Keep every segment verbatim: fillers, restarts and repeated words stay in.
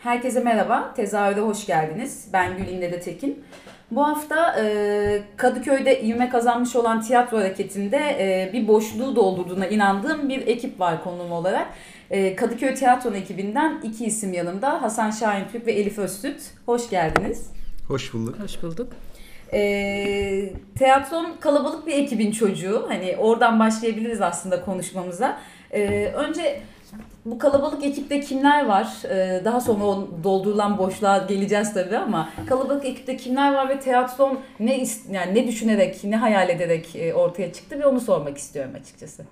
Herkese merhaba, Tezahür'e hoş geldiniz. Ben Gülinde de Tekin. Bu hafta e, Kadıköy'de ivme kazanmış olan tiyatro hareketinde e, bir boşluğu doldurduğuna inandığım bir ekip var konum olarak. E, Kadıköy Tiyatro ekibinden iki isim yanımda. Hasan Şahintürk ve Elif Öztürk. Hoş geldiniz. Hoş bulduk. Hoş bulduk. E, tiyatron kalabalık bir ekibin çocuğu. Hani oradan başlayabiliriz aslında konuşmamıza. E, önce bu kalabalık ekipte kimler var? Ee, daha sonra o doldurulan boşluğa geleceğiz tabii ama kalabalık ekipte kimler var ve tiyatron ne yani ne düşünerek, ne hayal ederek ortaya çıktı ve onu sormak istiyorum açıkçası.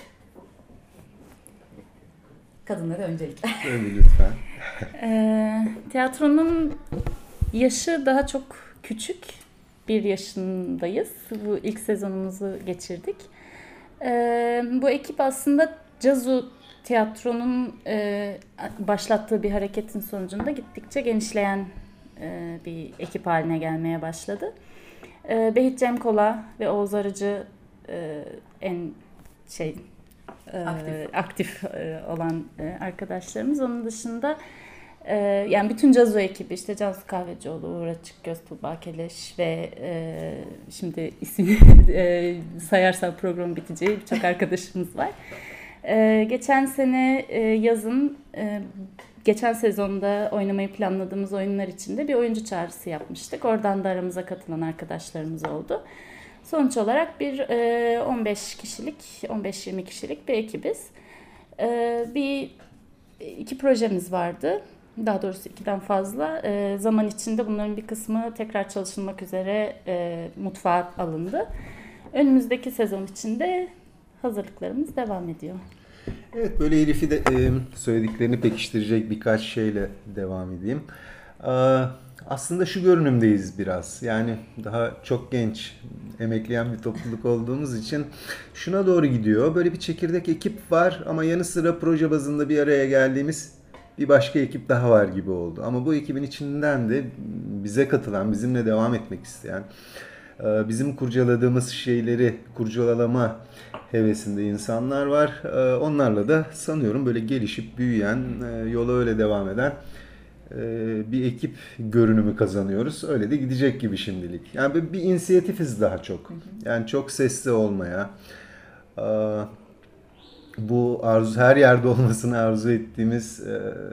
Kadınlara öncelikle. Öyle lütfen. E, tiyatronun yaşı daha çok küçük. Bir yaşındayız. Bu ilk sezonumuzu geçirdik. E, bu ekip aslında Cazu tiyatronun e, başlattığı bir hareketin sonucunda gittikçe genişleyen e, bir ekip haline gelmeye başladı. E, Behit Cemkola ve Oğuz Arıcı e, en şey e, aktif, aktif e, olan e, arkadaşlarımız. Onun dışında e, yani bütün Cazu ekibi işte Cansu Kahvecioğlu, Uğur Açıkgöz, Tuğba Keleş ve e, şimdi ismini e, sayarsam program biteceği birçok arkadaşımız var. Ee, geçen sene e, yazın, e, geçen sezonda oynamayı planladığımız oyunlar için de bir oyuncu çağrısı yapmıştık. Oradan da aramıza katılan arkadaşlarımız oldu. Sonuç olarak bir e, on beş kişilik, on beş yirmi kişilik bir ekibiz. E, bir iki projemiz vardı. Daha doğrusu ikiden fazla. E, zaman içinde bunların bir kısmı tekrar çalışılmak üzere e, mutfağa alındı. Önümüzdeki sezon içinde hazırlıklarımız devam ediyor. Evet, böyle Elif'i de e, söylediklerini pekiştirecek birkaç şeyle devam edeyim. E, aslında şu görünümdeyiz biraz. Yani daha çok genç, emekleyen bir topluluk olduğumuz için şuna doğru gidiyor. Böyle bir çekirdek ekip var ama yanı sıra proje bazında bir araya geldiğimiz bir başka ekip daha var gibi oldu. Ama bu ekibin içinden de bize katılan, bizimle devam etmek isteyen, bizim kurcaladığımız şeyleri kurcalama hevesinde insanlar var. Onlarla da sanıyorum böyle gelişip büyüyen, yola öyle devam eden bir ekip görünümü kazanıyoruz. Öyle de gidecek gibi şimdilik. Yani bir inisiyatifiz daha çok. Yani çok sesli olmaya, bu arzu her yerde olmasını arzu ettiğimiz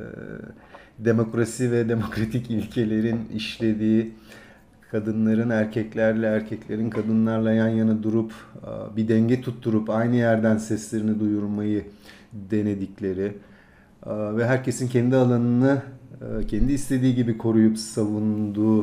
demokrasi ve demokratik ilkelerin işlediği, kadınların erkeklerle, erkeklerin kadınlarla yan yana durup bir denge tutturup aynı yerden seslerini duyurmayı denedikleri ve herkesin kendi alanını kendi istediği gibi koruyup savunduğu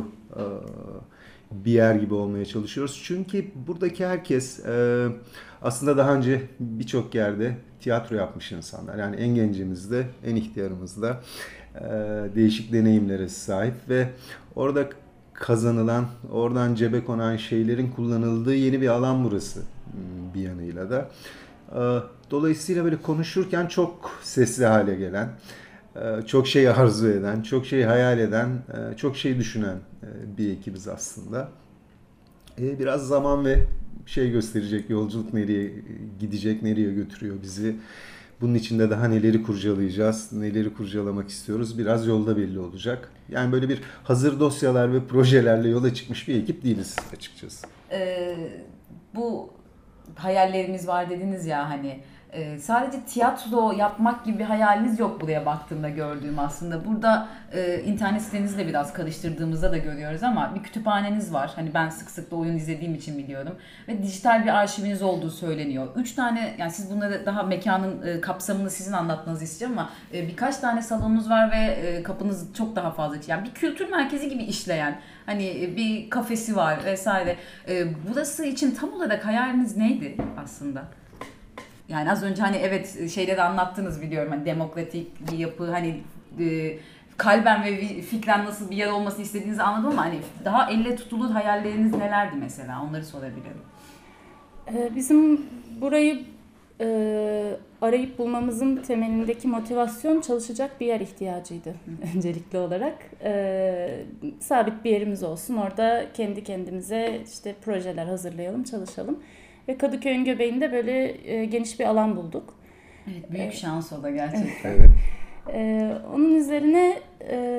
bir yer gibi olmaya çalışıyoruz. Çünkü buradaki herkes aslında daha önce birçok yerde tiyatro yapmış insanlar. Yani en gencimizde, en ihtiyarımızda değişik deneyimlere sahip ve orada kazanılan, oradan cebe konan şeylerin kullanıldığı yeni bir alan burası bir yanıyla da. Dolayısıyla böyle konuşurken çok sesli hale gelen, çok şey arzu eden, çok şey hayal eden, çok şey düşünen bir ekibiz aslında. Biraz zaman ve şey gösterecek, yolculuk nereye gidecek, nereye götürüyor bizi. Bunun içinde daha neleri kurcalayacağız, neleri kurcalamak istiyoruz biraz yolda belli olacak. Yani böyle bir hazır dosyalar ve projelerle yola çıkmış bir ekip değiliz açıkçası. Ee, bu hayallerimiz var dediniz ya hani e, sadece tiyatro yapmak gibi bir hayaliniz yok buraya baktığımda gördüğüm aslında. Burada e, internet sitenizle biraz karıştırdığımızda da görüyoruz ama bir kütüphaneniz var. Hani ben sık sık da oyun izlediğim için biliyorum. Ve dijital bir arşiviniz olduğu söyleniyor. Üç tane yani siz bunları daha mekanın e, kapsamını sizin anlatmanızı isteyeceğim ama e, birkaç tane salonunuz var ve e, kapınız çok daha fazla. Yani bir kültür merkezi gibi işleyen hani bir kafesi var vesaire. E, burası için tam olarak hayaliniz neydi aslında? Yani az önce hani evet şeyde de anlattınız biliyorum hani demokratik bir yapı hani e, kalben ve fikren nasıl bir yer olmasını istediğinizi anladım ama hani daha elle tutulur hayalleriniz nelerdi mesela onları sorabilirim. Bizim burayı e, arayıp bulmamızın temelindeki motivasyon çalışacak bir yer ihtiyacıydı öncelikli olarak. E, sabit bir yerimiz olsun orada kendi kendimize işte projeler hazırlayalım çalışalım. Ve Kadıköy'ün göbeğinde böyle e, geniş bir alan bulduk. Evet, büyük ee, şans o da gerçekten. Evet. E, onun üzerine e,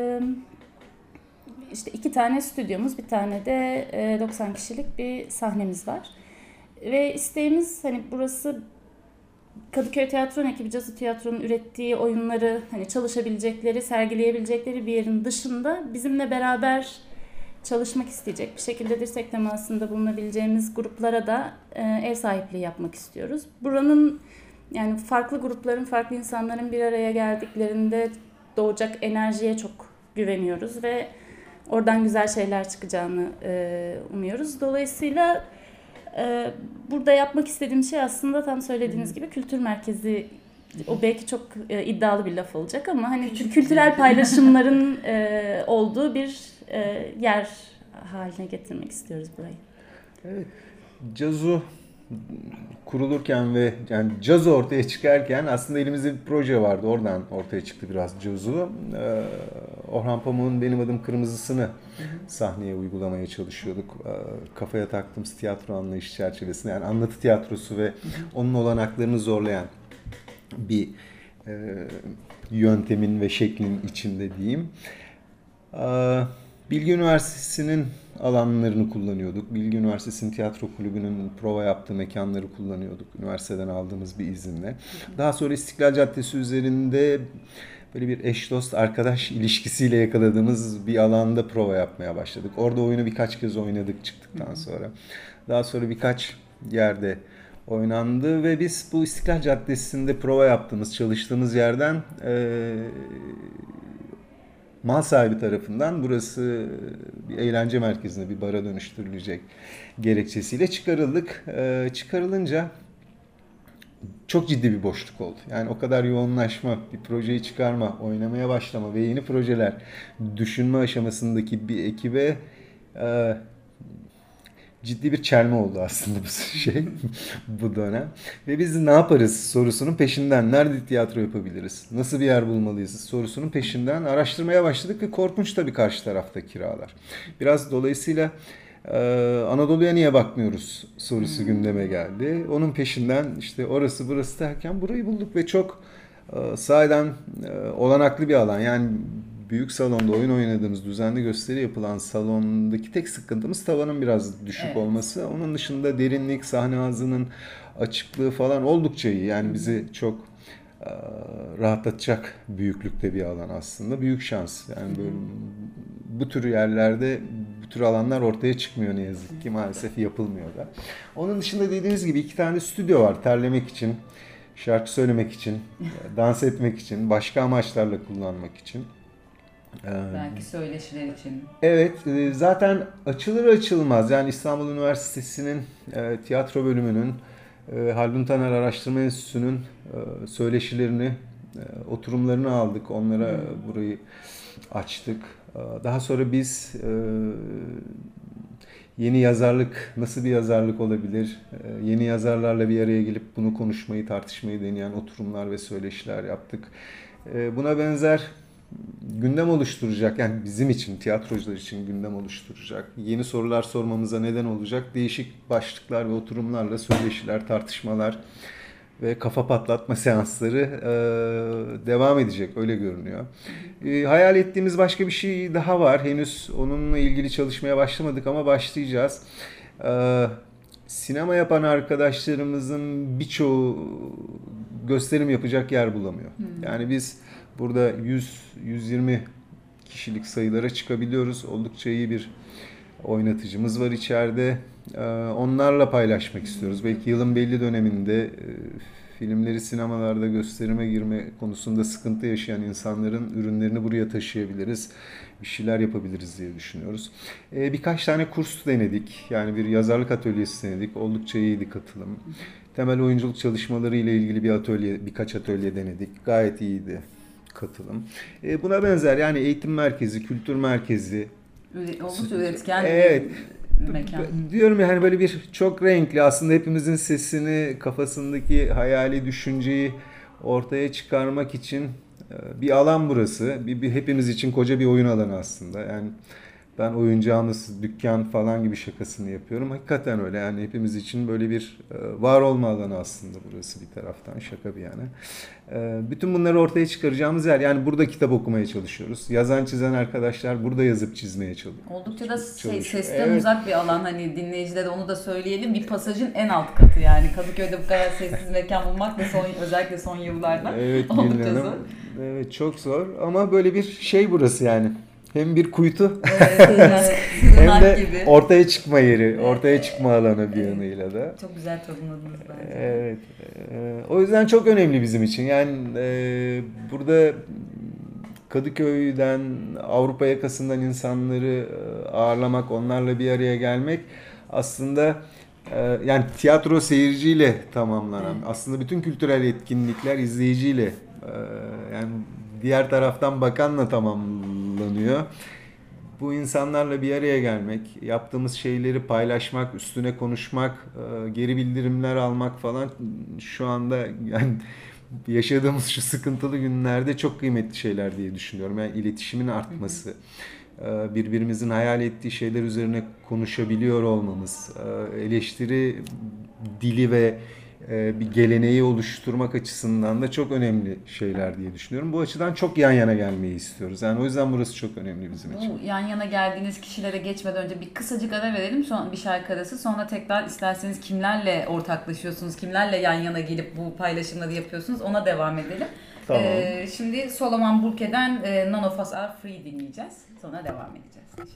iki tane stüdyomuz, bir tane de e, doksan kişilik bir sahnemiz var. Ve isteğimiz hani burası Kadıköy Tiyatro ekibi Cazı Tiyatro'nun ürettiği oyunları hani çalışabilecekleri, sergileyebilecekleri bir yerin dışında bizimle beraber çalışmak isteyecek, bir şekilde dirsek temasında bulunabileceğimiz gruplara da e, ev sahipliği yapmak istiyoruz. Buranın yani farklı grupların, farklı insanların bir araya geldiklerinde doğacak enerjiye çok güveniyoruz ve oradan güzel şeyler çıkacağını e, umuyoruz. Dolayısıyla e, burada yapmak istediğim şey aslında tam söylediğiniz gibi kültür merkezi. O belki çok e, iddialı bir laf olacak ama hani kültürel paylaşımların e, olduğu bir e, yer haline getirmek istiyoruz burayı. Evet. Cazu kurulurken ve yani Cazu ortaya çıkarken aslında elimizde bir proje vardı. Oradan ortaya çıktı biraz Cazu. Ee, Orhan Pamuk'un Benim Adım Kırmızısı'nı sahneye uygulamaya çalışıyorduk. Ee, kafaya taktığımız tiyatro anlayışı çerçevesinde, yani anlatı tiyatrosu ve onun olanaklarını zorlayan bir e, yöntemin ve şeklin içinde diyeyim. Ee, Bilgi Üniversitesi'nin alanlarını kullanıyorduk. Bilgi Üniversitesi'nin tiyatro kulübünün prova yaptığı mekanları kullanıyorduk. Üniversiteden aldığımız bir izinle. Daha sonra İstiklal Caddesi üzerinde böyle bir eş dost arkadaş ilişkisiyle yakaladığımız bir alanda prova yapmaya başladık. Orada oyunu birkaç kez oynadık çıktıktan sonra. Daha sonra birkaç yerde oynandı ve biz bu İstiklal Caddesi'nde prova yaptığımız, çalıştığımız yerden e, mal sahibi tarafından burası bir eğlence merkezine, bir bara dönüştürülecek gerekçesiyle çıkarıldık. E, çıkarılınca çok ciddi bir boşluk oldu. Yani o kadar yoğunlaşma, bir projeyi çıkarma, oynamaya başlama ve yeni projeler düşünme aşamasındaki bir ekibe e, ciddi bir çelme oldu aslında bu şey, bu dönem. Ve biz ne yaparız sorusunun peşinden, nerede tiyatro yapabiliriz, nasıl bir yer bulmalıyız sorusunun peşinden araştırmaya başladık ve korkunç tabii karşı tarafta kiralar. Biraz dolayısıyla e, Anadolu'ya niye bakmıyoruz sorusu gündeme geldi. Onun peşinden işte orası burası derken burayı bulduk ve çok e, sahiden e, olanaklı bir alan. Yani büyük salonda oyun oynadığımız, düzenli gösteri yapılan salondaki tek sıkıntımız tavanın biraz düşük evet. olması. Onun dışında derinlik, sahne ağzının açıklığı falan oldukça iyi. Yani bizi çok e, rahatlatacak büyüklükte bir alan aslında. Büyük şans. Yani böyle bu tür yerlerde bu tür alanlar ortaya çıkmıyor ne yazık ki. Maalesef yapılmıyor da. Onun dışında dediğiniz gibi iki tane stüdyo var terlemek için, şarkı söylemek için, dans etmek için, başka amaçlarla kullanmak için. Belki söyleşiler için. Evet, zaten açılır açılmaz yani İstanbul Üniversitesi'nin e, tiyatro bölümünün, e, Haldun Taner Araştırma Enstitüsü'nün e, söyleşilerini, e, oturumlarını aldık. Onlara hmm. burayı açtık. E, daha sonra biz e, yeni yazarlık, nasıl bir yazarlık olabilir? E, yeni yazarlarla bir araya gelip bunu konuşmayı, tartışmayı deneyen oturumlar ve söyleşiler yaptık. E, buna benzer gündem oluşturacak, yani bizim için, tiyatrocular için gündem oluşturacak, yeni sorular sormamıza neden olacak değişik başlıklar ve oturumlarla söyleşiler, tartışmalar ve kafa patlatma seansları e, devam edecek, öyle görünüyor. E, hayal ettiğimiz başka bir şey daha var. Henüz onunla ilgili çalışmaya başlamadık ama başlayacağız. E, sinema yapan arkadaşlarımızın birçoğu gösterim yapacak yer bulamıyor. Hmm. Yani biz burada yüz yüz yirmi kişilik sayılara çıkabiliyoruz. Oldukça iyi bir oynatıcımız var içeride. Onlarla paylaşmak istiyoruz. Belki yılın belli döneminde filmleri sinemalarda gösterime girme konusunda sıkıntı yaşayan insanların ürünlerini buraya taşıyabiliriz. Bir şeyler yapabiliriz diye düşünüyoruz. Birkaç tane kurs denedik. Yani bir yazarlık atölyesi denedik. Oldukça iyiydi katılım. Temel oyunculuk çalışmaları ile ilgili bir atölye, birkaç atölye denedik. Gayet iyiydi katılım. E, buna benzer yani eğitim merkezi, kültür merkezi. Oldukça üretken evet. bir mekan. Diyorum ya hani böyle bir çok renkli, aslında hepimizin sesini, kafasındaki hayali düşünceyi ortaya çıkarmak için bir alan burası. Bir, bir hepimiz için koca bir oyun alanı aslında. Yani ben oyuncağınız dükkan falan gibi şakasını yapıyorum. Hakikaten öyle yani hepimiz için böyle bir var olma alanı aslında burası bir taraftan şaka bir yana. Bütün bunları ortaya çıkaracağımız yer yani burada kitap okumaya çalışıyoruz. Yazan çizen arkadaşlar burada yazıp çizmeye çalışıyor. Oldukça da şey, sesten evet. uzak bir alan hani dinleyicilere onu da söyleyelim. Bir pasajın en alt katı yani Kadıköy'de bu kadar sessiz mekan bulmak da son, özellikle son yıllarda evet, oldukça zor. Evet çok zor ama böyle bir şey burası yani. Hem bir kuytu evet, hem de gibi. ortaya çıkma yeri, ortaya çıkma alanı bir yanıyla da. Çok güzel tanımladınız bence. Evet. E, o yüzden çok önemli bizim için. Yani e, burada Kadıköy'den, Avrupa yakasından insanları ağırlamak, onlarla bir araya gelmek aslında e, yani tiyatro seyirciyle tamamlanan, evet. aslında bütün kültürel etkinlikler izleyiciyle e, yani diğer taraftan bakanla tamamlanıyor. Bu insanlarla bir araya gelmek, yaptığımız şeyleri paylaşmak, üstüne konuşmak, geri bildirimler almak falan şu anda yani yaşadığımız şu sıkıntılı günlerde çok kıymetli şeyler diye düşünüyorum. Yani iletişimin artması, birbirimizin hayal ettiği şeyler üzerine konuşabiliyor olmamız, eleştiri dili ve bir geleneği oluşturmak açısından da çok önemli şeyler diye düşünüyorum. Bu açıdan çok yan yana gelmeyi istiyoruz. Yani o yüzden burası çok önemli bizim için. Bu yan yana geldiğiniz kişilere geçmeden önce bir kısacık ara verelim. Sonra bir şarkı arası. Sonra tekrar isterseniz kimlerle ortaklaşıyorsunuz, kimlerle yan yana gelip bu paylaşımları yapıyorsunuz ona devam edelim. Tamam. Ee, şimdi Solomon Burke'den e, None of Us Are Free dinleyeceğiz. Sonra devam edeceğiz.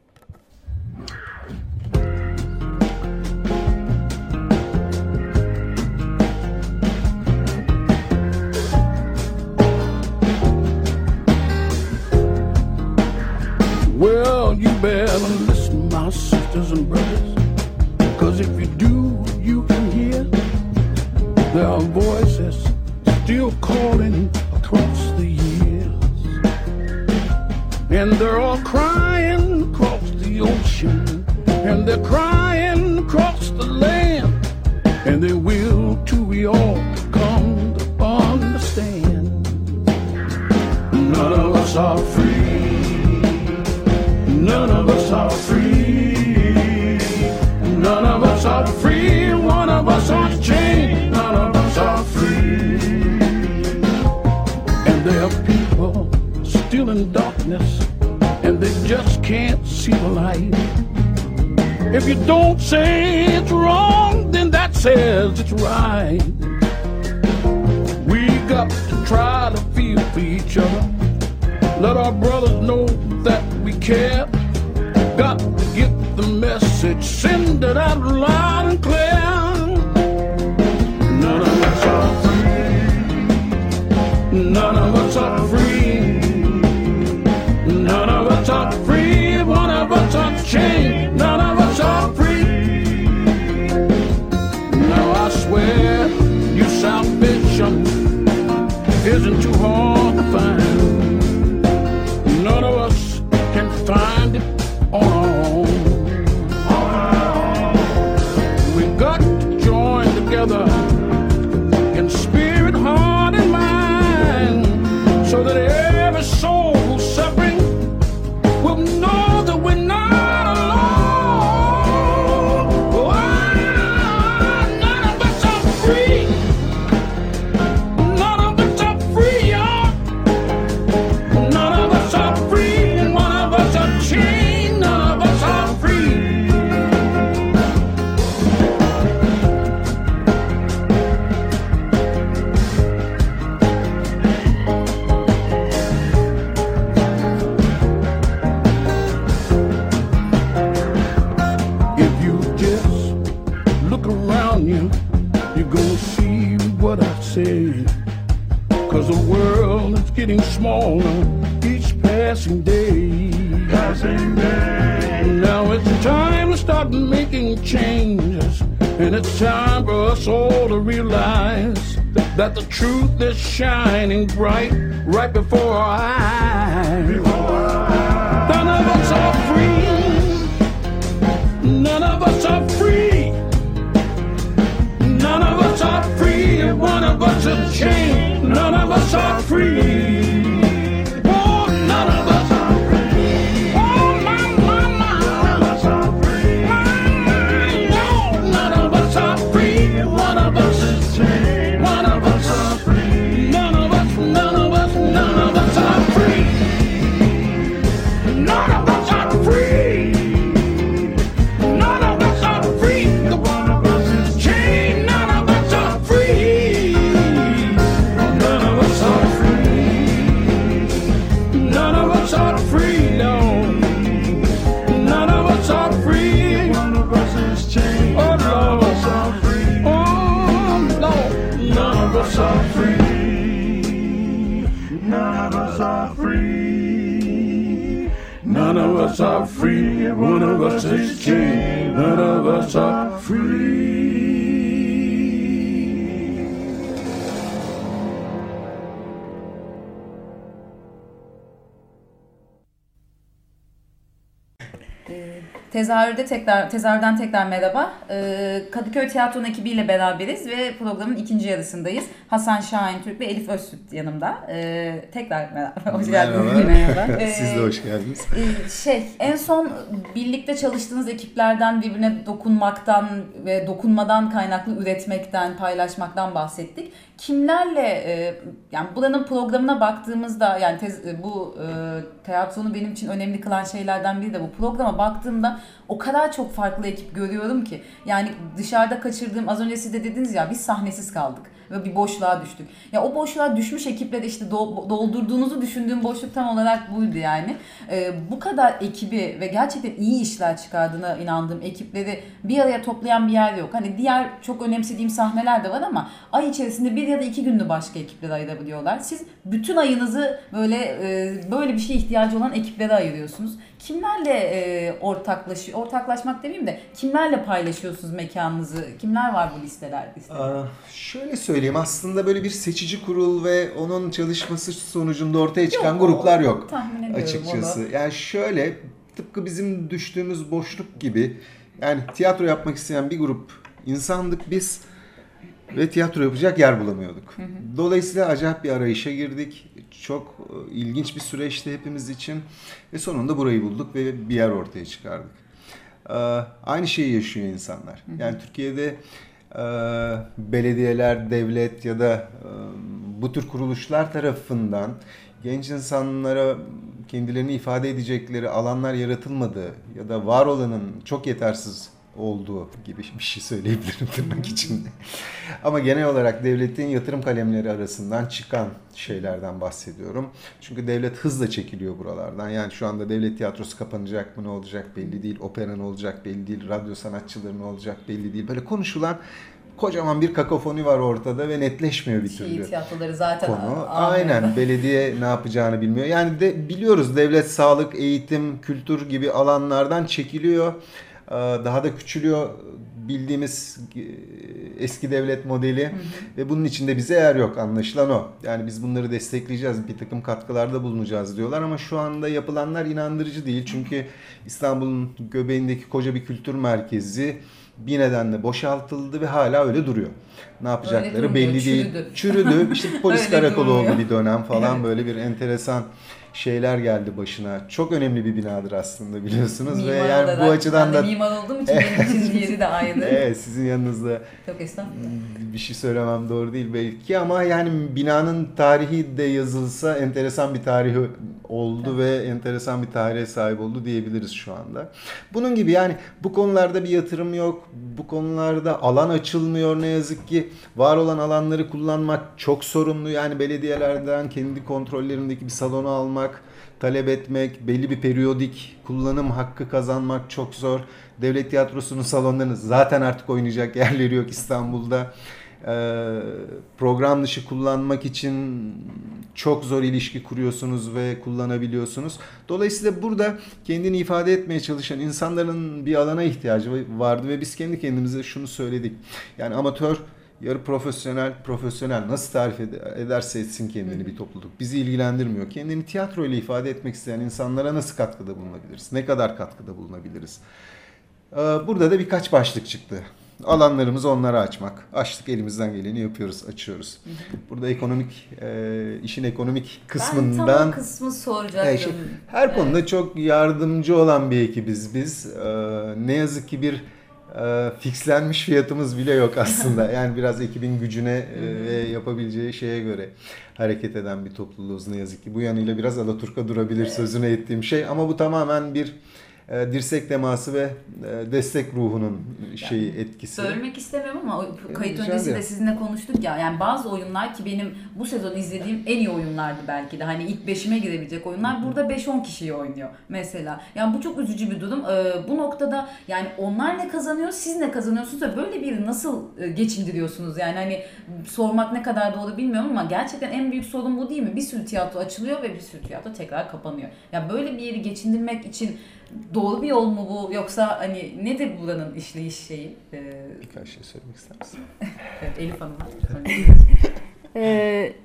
Well, you better listen, my sisters and brothers, 'cause if you do, you can hear there are voices still calling across the years, and they're all crying across the ocean, and they're crying across the land, and they will till we all come to understand. None of us are free. None of us are free. None of us are free. One of us are chained. None of us are free. And there are people still in darkness, and they just can't see the light. If you don't say it's wrong, then that says it's right. We got to try to feel for each other. Let our brothers know that we care. Got to get the message, send it out loud and clear. None of us are free. None of us are free. None of us are free. One of us are chained. None of us are free. Now I swear your salvation isn't too hard to find. None of us can find it on our own. We've got to join together in spirit, heart, and mind, so that every soul who's suffering will know that we're not alone. Oh, none of us are free. None of us are free, y'all. None of us are free, and one of us are chained. None of us are free. If you just look around you, you're gonna see what I say. 'Cause the world is getting smaller each passing day. Passing day. Now it's time to start making changes, and it's time for us all to realize that the truth is shining bright right before our eyes. Before our eyes. None of us are free. None of us are free. None of us are free. And one of us is chained. None of us are free. Oh, none of us are free. Oh, my, my, are free. None of us are free. One of us is chained. None of us are free. Tezahürde tekrar, tezahürden tekrar merhaba. Ee, Kadıköy Tiyatro'nun ekibiyle beraberiz ve programın ikinci yarısındayız. Hasan Şahin Türk ve Elif Özsüt yanımda. Ee, tekrar merhaba. Hoş geldiniz. Merhaba. Ee, Siz de hoş geldiniz. E, şey, en son birlikte çalıştığınız ekiplerden birbirine dokunmaktan ve dokunmadan kaynaklı üretmekten, paylaşmaktan bahsettik. Kimlerle, e, yani buranın programına baktığımızda, yani tez, bu e, tiyatronu benim için önemli kılan şeylerden biri de bu. Programa baktığımda o kadar çok farklı ekip görüyorum ki. Yani dışarıda kaçırdığım, az önce siz de dediniz ya, biz sahnesiz kaldık ve bir boşluğa düştük. Ya o boşluğa düşmüş ekipleri işte do- doldurduğunuzu düşündüğüm boşluk tam olarak buydu yani. Ee, bu kadar ekibi ve gerçekten iyi işler çıkardığına inandığım ekipleri bir araya toplayan bir yer yok. Hani diğer çok önemsediğim sahneler de var ama ay içerisinde bir ya da iki günlü başka ekiplere ayırabiliyorlar. Siz bütün ayınızı böyle e, böyle bir şeye ihtiyacı olan ekiplere ayırıyorsunuz. Kimlerle e, ortaklaşıyor, ortaklaşmak demeyeyim de kimlerle paylaşıyorsunuz mekanınızı? Kimler var bu listelerde? Aa, şöyle söyleyeyim, aslında böyle bir seçici kurul ve onun çalışması sonucunda ortaya çıkan Yok, gruplar yok. Tahmin ediyorum Açıkçası. onu. Yani şöyle, tıpkı bizim düştüğümüz boşluk gibi, yani tiyatro yapmak isteyen bir grup insandık biz ve tiyatro yapacak yer bulamıyorduk. Hı hı. Dolayısıyla acayip bir arayışa girdik. Çok ilginç bir süreçti hepimiz için ve sonunda burayı bulduk ve bir yer ortaya çıkardık. Ee, aynı şeyi yaşıyor insanlar. Hı hı. Yani Türkiye'de e, belediyeler, devlet ya da e, bu tür kuruluşlar tarafından genç insanlara kendilerini ifade edecekleri alanlar yaratılmadığı ya da var olanın çok yetersiz olduğu gibi bir şey söyleyebilirim tırnak içinde. Ama genel olarak devletin yatırım kalemleri arasından çıkan şeylerden bahsediyorum. Çünkü devlet hızla çekiliyor buralardan. Yani şu anda devlet tiyatrosu kapanacak mı, ne olacak belli değil. Opera ne olacak belli değil. Radyo sanatçıları ne olacak belli değil. Böyle konuşulan kocaman bir kakofoni var ortada ve netleşmiyor bir türlü. Şehir tiyatroları zaten konu. Aynen. Belediye ne yapacağını bilmiyor. Yani de biliyoruz, devlet sağlık, eğitim, kültür gibi alanlardan çekiliyor. Daha da küçülüyor bildiğimiz eski devlet modeli. Hı hı. Ve bunun içinde bize yer yok, anlaşılan o. Yani biz bunları destekleyeceğiz, bir takım katkılarda bulunacağız diyorlar ama şu anda yapılanlar inandırıcı değil. Çünkü İstanbul'un göbeğindeki koca bir kültür merkezi bir nedenle boşaltıldı ve hala öyle duruyor. Ne yapacakları belli çürüdü. değil. Çürüdü. İşte polis karakolu oldu bir dönem falan, evet. Böyle bir enteresan şeyler geldi başına. Çok önemli bir binadır aslında, biliyorsunuz. Mimar ve yani olarak, bu açıdan da mimar olduğum için benim için yeri de ayrı. Evet, sizin yanınızda çok estağfurullah. Bir şey söylemem doğru değil belki ama yani binanın tarihi de yazılsa enteresan bir tarihi oldu, evet. Ve enteresan bir tarihe sahip oldu diyebiliriz şu anda. Bunun gibi yani bu konularda bir yatırım yok. Bu konularda alan açılmıyor ne yazık ki. Var olan alanları kullanmak çok sorunlu. Yani belediyelerden kendi kontrollerindeki bir salonu almak, talep etmek, belli bir periyodik kullanım hakkı kazanmak çok zor. Devlet tiyatrosunun salonlarını zaten artık oynayacak yerleri yok İstanbul'da. Ee, program dışı kullanmak için çok zor ilişki kuruyorsunuz ve kullanabiliyorsunuz. Dolayısıyla burada kendini ifade etmeye çalışan insanların bir alana ihtiyacı vardı ve biz kendi kendimize şunu söyledik. Yani amatör, yarı profesyonel, profesyonel nasıl tarif ederse etsin kendini bir topluluk. Bizi ilgilendirmiyor. Kendini tiyatro ile ifade etmek isteyen insanlara nasıl katkıda bulunabiliriz? Ne kadar katkıda bulunabiliriz? Burada da birkaç başlık çıktı. Alanlarımızı onlara açmak. Açtık, elimizden geleni yapıyoruz, açıyoruz. Burada ekonomik, e, işin ekonomik kısmından... Ben tam o kısmı soracaktım. E, şey, her evet. konuda çok yardımcı olan bir ekibiz biz. E, ne yazık ki bir e, fixlenmiş fiyatımız bile yok aslında. Yani biraz ekibin gücüne ve e, yapabileceği şeye göre hareket eden bir topluluğuz ne yazık ki. Bu yanıyla biraz alaturka durabilir sözüne ettiğim şey. Ama bu tamamen bir e, dirsek teması ve e, destek ruhunun şeyi yani, etkisi. Söylemek istemiyorum ama o kayıt evet, öncesi de sizinle konuştuk ya. Yani bazı oyunlar ki benim bu sezon izlediğim en iyi oyunlardı belki de. Hani ilk beşime girebilecek oyunlar burada beş on kişiyi oynuyor mesela. Yani bu çok üzücü bir durum. Ee, bu noktada yani onlar ne kazanıyor, siz ne kazanıyorsunuz ve böyle bir nasıl geçindiriyorsunuz? Yani hani sormak ne kadar doğru bilmiyorum ama gerçekten en büyük sorun bu değil mi? Bir sürü tiyatro açılıyor ve bir sürü tiyatro tekrar kapanıyor. Yani böyle bir yeri geçindirmek için doğru bir yol mu bu yoksa hani nedir buranın işleyiş şeyi? Ee, Birkaç şey söylemek ister misin? evet, Elif Hanım. ee,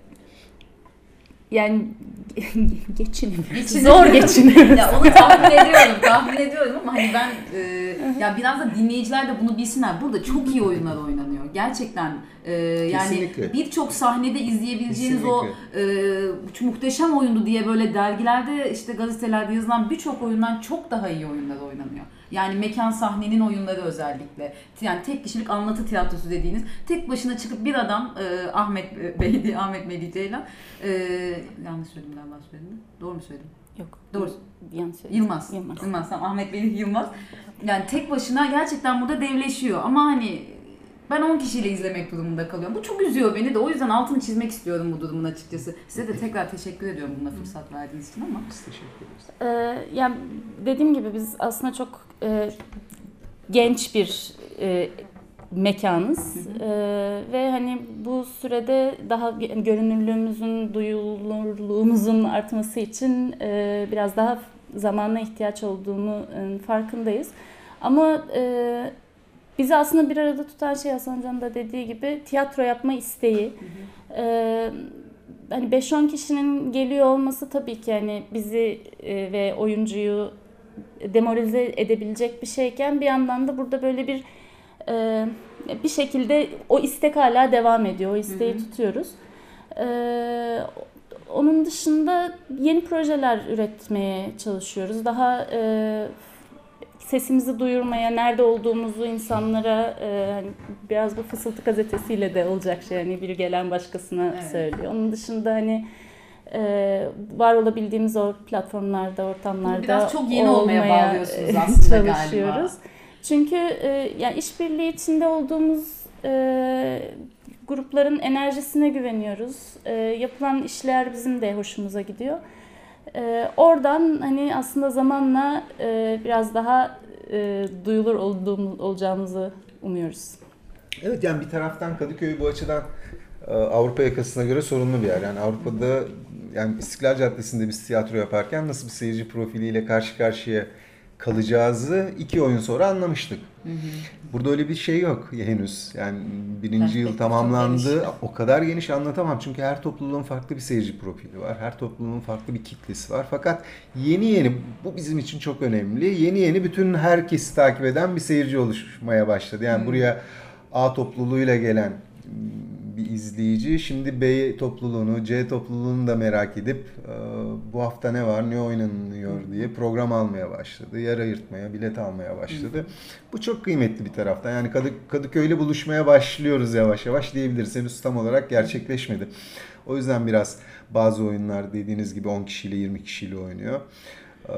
yani geçinemiyoruz. Zor geçiniyoruz. Ya onu tahmin ediyorum, tahmin ediyorum ama hani ben e, ya biraz da dinleyiciler de bunu bilsinler. Burada çok iyi oyunlar oynanıyor. Gerçekten e, yani birçok sahnede izleyebileceğiniz Kesinlikle. o e, muhteşem oyundu diye böyle dergilerde işte gazetelerde yazılan birçok oyundan çok daha iyi oyunlar oynanıyor. Yani mekan sahnenin oyunları özellikle. Yani tek kişilik anlatı tiyatrosu dediğiniz tek başına çıkıp bir adam e, Ahmet Bey, Ahmet Melih Ceylan e, yanlış söyledim galiba söyledim. Doğru mu söyledim? Yok. Doğru. Yanlış söyledim. Yılmaz. Yılmaz. Yılmaz. Tamam. Ahmet Melih Yılmaz. Yani tek başına gerçekten burada devleşiyor ama hani ben on kişiyle izlemek durumunda kalıyorum. Bu çok üzüyor beni de. O yüzden altını çizmek istiyorum bu durumun açıkçası. Size de tekrar teşekkür ediyorum buna fırsat verdiğiniz için ama. Biz teşekkür ederiz. Ee, yani dediğim gibi biz aslında çok e, genç bir e, mekanız. Hı hı. Ee, ve hani bu sürede daha görünürlüğümüzün, duyulurluğumuzun artması için e, biraz daha zamana ihtiyaç olduğunu e, farkındayız. Ama e, bizi aslında bir arada tutan şey Hasan Can'ın da dediği gibi tiyatro yapma isteği. Hı hı. Ee, hani beş on kişinin geliyor olması tabii ki hani bizi e, ve oyuncuyu demoralize edebilecek bir şeyken bir yandan da burada böyle bir e, bir şekilde o istek hala devam ediyor. O isteği hı hı. tutuyoruz. Ee, onun dışında yeni projeler üretmeye çalışıyoruz. Daha e, sesimizi duyurmaya, nerede olduğumuzu insanlara e, hani biraz bu Fısıltı gazetesiyle de olacak şey. Yani biri gelen başkasına evet. söylüyor. Onun dışında hani e, var olabildiğimiz o platformlarda, ortamlarda biraz çok yeni olmaya bağlıyorsunuz aslında çalışıyoruz. Galiba. Çünkü e, yani işbirliği içinde olduğumuz e, grupların enerjisine güveniyoruz. E, yapılan işler bizim de hoşumuza gidiyor. E, oradan hani aslında zamanla e, biraz daha e, duyulur olduğumuz, olacağımızı umuyoruz. Evet yani bir taraftan Kadıköy bu açıdan e, Avrupa yakasına göre sorunlu bir yer. Yani Avrupa'da yani İstiklal Caddesi'nde biz tiyatro yaparken nasıl bir seyirci profiliyle karşı karşıya kalacağızı iki oyun sonra anlamıştık. Hı hı. Burada öyle bir şey yok henüz. Yani birinci yıl tamamlandı. O kadar geniş anlatamam. Çünkü her topluluğun farklı bir seyirci profili var. Her topluluğun farklı bir kitlesi var. Fakat yeni yeni, bu bizim için çok önemli. Yeni yeni bütün herkesi takip eden bir seyirci oluşmaya başladı. Yani hı. buraya A topluluğuyla gelen bir izleyici şimdi B topluluğunu, C topluluğunu da merak edip bu hafta ne var, ne oynanıyor diye program almaya başladı. Yer ayırtmaya, bilet almaya başladı. Bu çok kıymetli bir taraftan. Yani Kadık- Kadıköy'le buluşmaya başlıyoruz yavaş yavaş diyebiliriz. Henüz tam olarak gerçekleşmedi. O yüzden biraz bazı oyunlar dediğiniz gibi on kişiyle yirmi kişiyle oynuyor. Ee,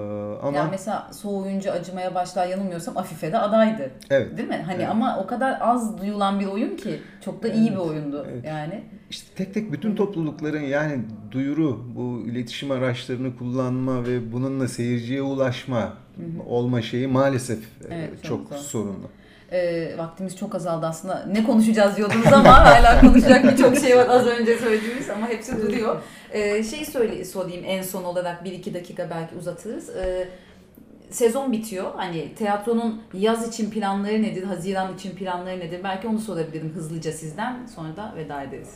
ama yani mesela Soğuyunca Acımaya Başlar yanılmıyorsam Afife'de adaydı. Evet. Değil mi? Hani evet. Ama o kadar az duyulan bir oyun ki çok da iyi evet. bir oyundu evet. yani. İşte tek tek bütün toplulukların yani duyuru, bu iletişim araçlarını kullanma ve bununla seyirciye ulaşma Hı-hı. olma şeyi maalesef evet, çok, çok sorunlu. E, vaktimiz çok azaldı aslında. Ne konuşacağız diyordunuz ama hala konuşacak birçok şey var az önce söylediğimiz ama hepsi duruyor. E, şey söyle, sorayım en son olarak bir iki dakika belki uzatırız. E, sezon bitiyor. Hani tiyatronun yaz için planları nedir? Haziran için planları nedir? Belki onu sorabilirim hızlıca sizden. Sonra da veda ederiz.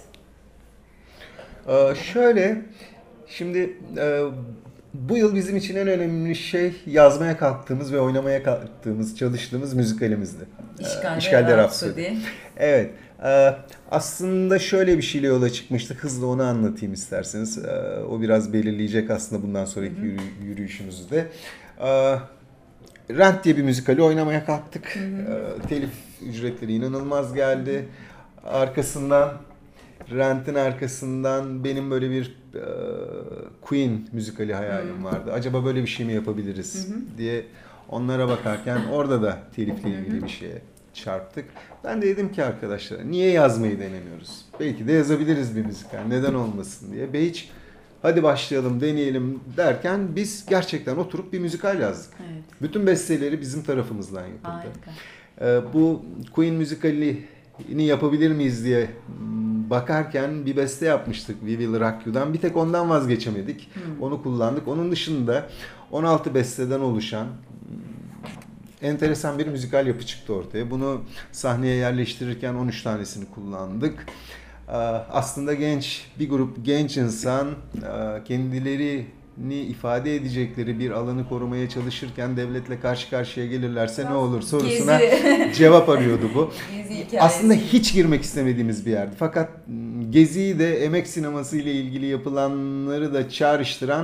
Ee, şöyle, şimdi e, bu yıl bizim için en önemli şey yazmaya kalktığımız ve oynamaya kalktığımız, çalıştığımız müzikalimizdi. İşgalde, İşgalde Rhapsody. Evet. E, aslında şöyle bir şeyle yola çıkmıştık. Hızlı onu anlatayım isterseniz. E, o biraz belirleyecek aslında bundan sonraki hı hı. Yürü, yürüyüşümüzü de. E, Rent diye bir müzikali oynamaya kalktık. Hı hı. E, telif ücretleri inanılmaz geldi. Arkasından Rent'in arkasından benim böyle bir e, Queen müzikali hayalim hmm. vardı. Acaba böyle bir şey mi yapabiliriz hmm. diye onlara bakarken orada da telifle ilgili bir şeye çarptık. Ben de dedim ki arkadaşlar niye yazmayı denemiyoruz? Belki de yazabiliriz bir müzikal. Neden olmasın diye. Ve hiç hadi başlayalım deneyelim derken biz gerçekten oturup bir müzikal yazdık. Evet. Bütün besteleri bizim tarafımızdan yapıldı. Ee, bu Queen müzikalini yapabilir miyiz diye bakarken bir beste yapmıştık We Will Rock You'dan. Bir tek ondan vazgeçemedik. Hmm. Onu kullandık. Onun dışında on altı besteden oluşan enteresan bir müzikal yapı çıktı ortaya. Bunu sahneye yerleştirirken on üç tanesini kullandık. Aslında genç bir grup genç insan kendilerini ifade edecekleri bir alanı korumaya çalışırken devletle karşı karşıya gelirlerse ne olur sorusuna Gezi. Cevap arıyordu bu. Aslında hiç girmek istemediğimiz bir yerdi. Fakat Gezi'yi de emek sineması ile ilgili yapılanları da çağrıştıran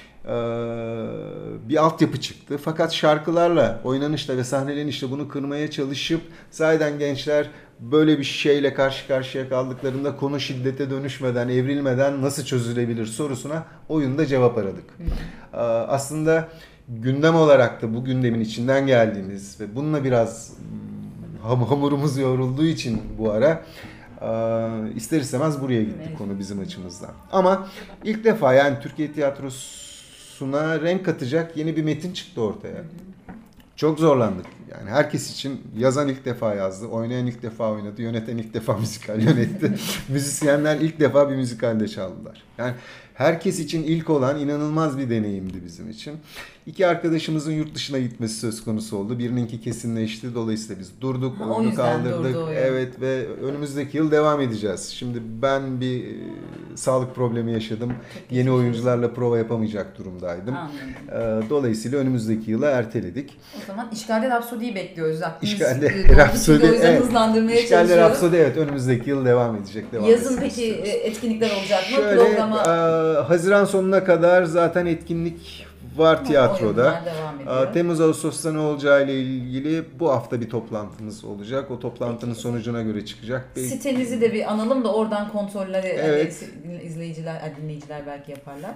bir altyapı çıktı. Fakat şarkılarla, oynanışla ve sahnelenişle bunu kırmaya çalışıp sahiden gençler böyle bir şeyle karşı karşıya kaldıklarında konu şiddete dönüşmeden, evrilmeden nasıl çözülebilir sorusuna oyunda cevap aradık. Hı. Aslında gündem olarak da bu gündemin içinden geldiğimiz ve bununla biraz hamurumuz yoğrulduğu için bu ara ister istemez buraya gittik evet. Konu bizim açımızdan. Ama ilk defa yani Türkiye tiyatrosuna renk katacak yeni bir metin çıktı ortaya. Hı hı. Çok zorlandık. Yani herkes için yazan ilk defa yazdı, oynayan ilk defa oynadı, yöneten ilk defa müzikal yönetti. Müzisyenler ilk defa bir müzikalde çaldılar. Yani herkes için ilk olan inanılmaz bir deneyimdi bizim için. İki arkadaşımızın yurt dışına gitmesi söz konusu oldu. Birininki kesinleşti. Dolayısıyla biz durduk, ha, oyunu kaldırdık. Evet ve önümüzdeki yıl devam edeceğiz. Şimdi ben bir e, sağlık problemi yaşadım. Çok Yeni oyuncularla prova yapamayacak durumdaydım. Anladım. Dolayısıyla önümüzdeki yıla erteledik. O zaman İşgal'de Rapsodi'yi bekliyoruz. İşgal'de Rapsodi, evet. hızlandırmaya İşgal'de Rapsodi evet önümüzdeki yıl devam edecek. Devam Yazın peki istiyoruz. Etkinlikler olacak mı? Şöyle, Programa... e, Haziran sonuna kadar zaten etkinlik var tiyatroda. Temmuz Ağustos'ta ne olacağı ile ilgili bu hafta bir toplantımız olacak. O toplantının Peki. sonucuna göre çıkacak. Sitenizi de bir analım da oradan kontrolleri evet. izleyiciler, dinleyiciler belki yaparlar.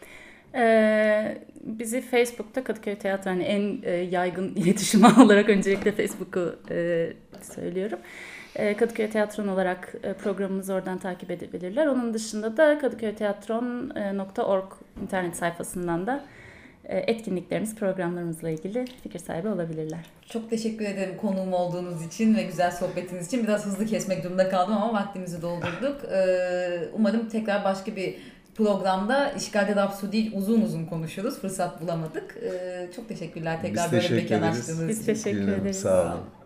Ee, bizi Facebook'ta Kadıköy Tiyatro hani en e, yaygın iletişim olarak öncelikle Facebook'u e, söylüyorum. E, Kadıköy Tiyatron olarak e, programımızı oradan takip edebilirler. Onun dışında da kadıköytiyatron nokta org internet sayfasından da etkinliklerimiz, programlarımızla ilgili fikir sahibi olabilirler. Çok teşekkür ederim konuğum olduğunuz için ve güzel sohbetiniz için. Biraz hızlı kesmek durumunda kaldım ama vaktimizi doldurduk. Umarım tekrar başka bir programda İşgal'de Rapsodi uzun uzun konuşuruz. Fırsat bulamadık. Çok teşekkürler tekrar Biz böyle teşekkür mekan açtığınız için. Biz teşekkür ederiz. Sağ olun.